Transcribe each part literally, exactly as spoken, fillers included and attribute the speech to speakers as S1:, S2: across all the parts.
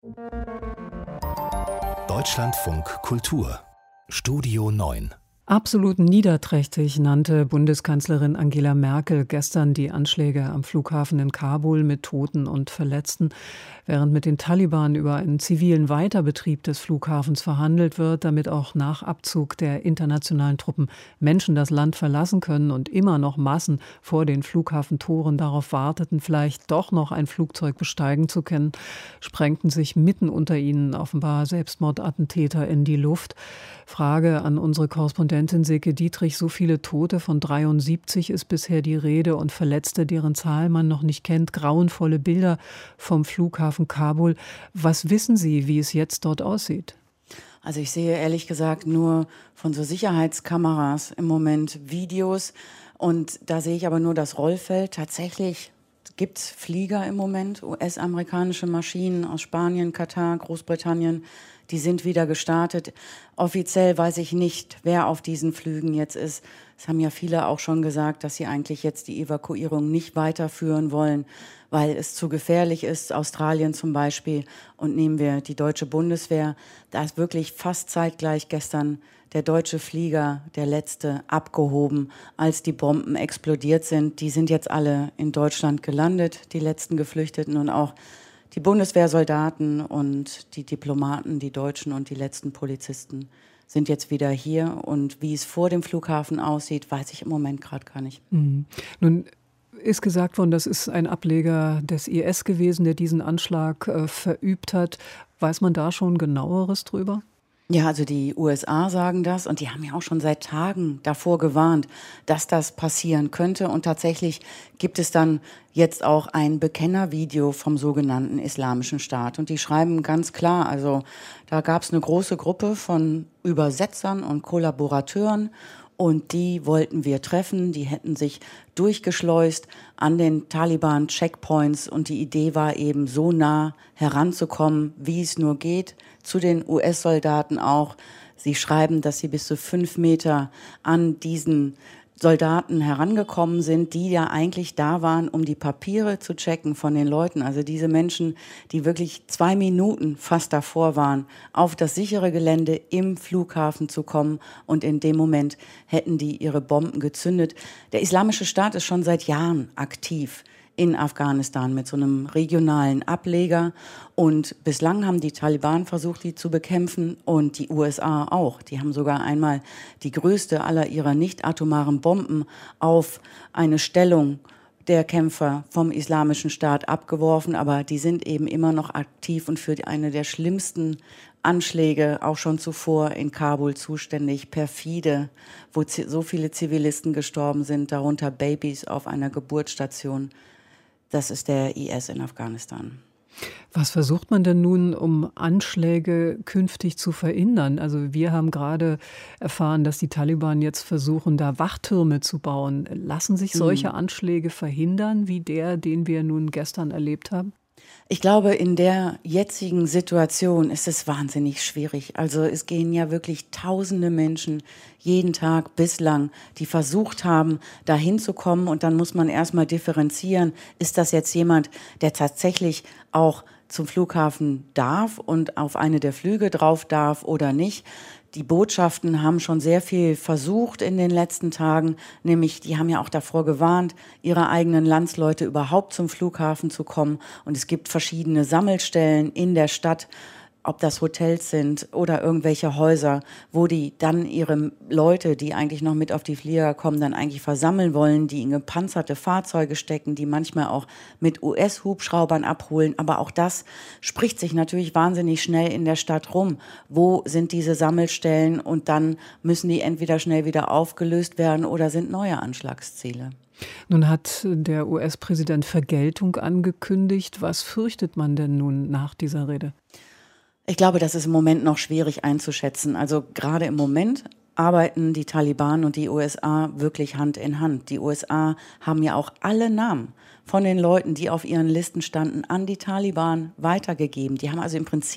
S1: Deutschlandfunk Kultur Studio neun.
S2: Absolut niederträchtig nannte Bundeskanzlerin Angela Merkel gestern die Anschläge am Flughafen in Kabul mit Toten und Verletzten. Während mit den Taliban über einen zivilen Weiterbetrieb des Flughafens verhandelt wird, damit auch nach Abzug der internationalen Truppen Menschen das Land verlassen können und immer noch Massen vor den Flughafentoren darauf warteten, vielleicht doch noch ein Flugzeug besteigen zu können, sprengten sich mitten unter ihnen offenbar Selbstmordattentäter in die Luft. Frage an unsere Korrespondentin Silke Dietrich: So viele Tote, von dreiundsiebzig ist bisher die Rede, und Verletzte, deren Zahl man noch nicht kennt. Grauenvolle Bilder vom Flughafen Kabul. Was wissen Sie, wie es jetzt dort aussieht?
S3: Also ich sehe ehrlich gesagt nur von so Sicherheitskameras im Moment Videos, und da sehe ich aber nur das Rollfeld. Tatsächlich gibt es Flieger im Moment, U S-amerikanische Maschinen aus Spanien, Katar, Großbritannien. Die sind wieder gestartet. Offiziell weiß ich nicht, wer auf diesen Flügen jetzt ist. Es haben ja viele auch schon gesagt, dass sie eigentlich jetzt die Evakuierung nicht weiterführen wollen, weil es zu gefährlich ist. Australien zum Beispiel. Und nehmen wir die deutsche Bundeswehr. Da ist wirklich fast zeitgleich gestern der deutsche Flieger, der letzte, abgehoben, als die Bomben explodiert sind. Die sind jetzt alle in Deutschland gelandet, die letzten Geflüchteten, und auch die Bundeswehrsoldaten und die Diplomaten, die Deutschen und die letzten Polizisten sind jetzt wieder hier. Und wie es vor dem Flughafen aussieht, weiß ich im Moment gerade gar nicht.
S2: Mhm. Nun ist gesagt worden, das ist ein Ableger des I S gewesen, der diesen Anschlag äh, verübt hat. Weiß man da schon Genaueres drüber?
S3: Ja, also die U S A sagen das, und die haben ja auch schon seit Tagen davor gewarnt, dass das passieren könnte. Und tatsächlich gibt es dann jetzt auch ein Bekennervideo vom sogenannten Islamischen Staat. Und die schreiben ganz klar, also da gab es eine große Gruppe von Übersetzern und Kollaborateuren, und die wollten wir treffen. Die hätten sich durchgeschleust an den Taliban-Checkpoints, und die Idee war eben, so nah heranzukommen, wie es nur geht, zu den U S-Soldaten auch. Sie schreiben, dass sie bis zu fünf Meter an diesen Soldaten herangekommen sind, die ja eigentlich da waren, um die Papiere zu checken von den Leuten. Also diese Menschen, die wirklich zwei Minuten fast davor waren, auf das sichere Gelände im Flughafen zu kommen, und in dem Moment hätten die ihre Bomben gezündet. Der Islamische Staat ist schon seit Jahren aktiv in Afghanistan mit so einem regionalen Ableger, und bislang haben die Taliban versucht, die zu bekämpfen, und die U S A auch. Die haben sogar einmal die größte aller ihrer nicht-atomaren Bomben auf eine Stellung der Kämpfer vom Islamischen Staat abgeworfen, aber die sind eben immer noch aktiv und für eine der schlimmsten Anschläge auch schon zuvor in Kabul zuständig, perfide, wo so viele Zivilisten gestorben sind, darunter Babys auf einer Geburtsstation. Das ist der I S in Afghanistan.
S2: Was versucht man denn nun, um Anschläge künftig zu verhindern? Also wir haben gerade erfahren, dass die Taliban jetzt versuchen, da Wachtürme zu bauen. Lassen sich solche mhm. Anschläge verhindern, wie der, den wir nun gestern erlebt haben?
S3: Ich glaube, in der jetzigen Situation ist es wahnsinnig schwierig. Also es gehen ja wirklich tausende Menschen jeden Tag bislang, die versucht haben, da hinzukommen. Und dann muss man erstmal differenzieren, ist das jetzt jemand, der tatsächlich auch zum Flughafen darf und auf eine der Flüge drauf darf oder nicht. Die Botschaften haben schon sehr viel versucht in den letzten Tagen, nämlich die haben ja auch davor gewarnt, ihre eigenen Landsleute überhaupt zum Flughafen zu kommen. Und es gibt verschiedene Sammelstellen in der Stadt, ob das Hotels sind oder irgendwelche Häuser, wo die dann ihre Leute, die eigentlich noch mit auf die Flieger kommen, dann eigentlich versammeln wollen, die in gepanzerte Fahrzeuge stecken, die manchmal auch mit U S-Hubschraubern abholen. Aber auch das spricht sich natürlich wahnsinnig schnell in der Stadt rum. Wo sind diese Sammelstellen? Und dann müssen die entweder schnell wieder aufgelöst werden oder sind neue Anschlagsziele.
S2: Nun hat der U S-Präsident Vergeltung angekündigt. Was fürchtet man denn nun nach dieser Rede?
S3: Ich glaube, das ist im Moment noch schwierig einzuschätzen. Also gerade im Moment arbeiten die Taliban und die U S A wirklich Hand in Hand. Die U S A haben ja auch alle Namen von den Leuten, die auf ihren Listen standen, an die Taliban weitergegeben. Die haben also im Prinzip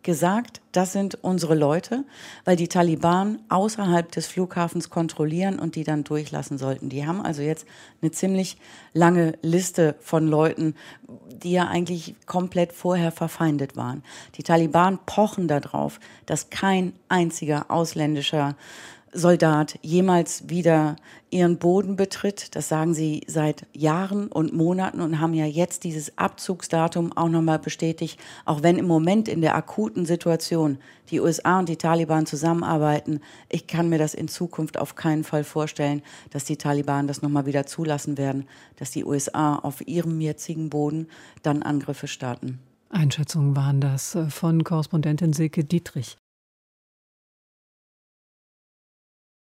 S3: gesagt, das sind unsere Leute, weil die Taliban außerhalb des Flughafens kontrollieren und die dann durchlassen sollten. Die haben also jetzt eine ziemlich lange Liste von Leuten, die ja eigentlich komplett vorher verfeindet waren. Die Taliban pochen darauf, dass kein einziger ausländischer Soldat jemals wieder ihren Boden betritt. Das sagen sie seit Jahren und Monaten und haben ja jetzt dieses Abzugsdatum auch nochmal bestätigt, auch wenn im Moment in der akuten Situation die U S A und die Taliban zusammenarbeiten. Ich kann mir das in Zukunft auf keinen Fall vorstellen, dass die Taliban das nochmal wieder zulassen werden, dass die U S A auf ihrem jetzigen Boden dann Angriffe starten.
S2: Einschätzungen waren das von Korrespondentin Silke Dietrich.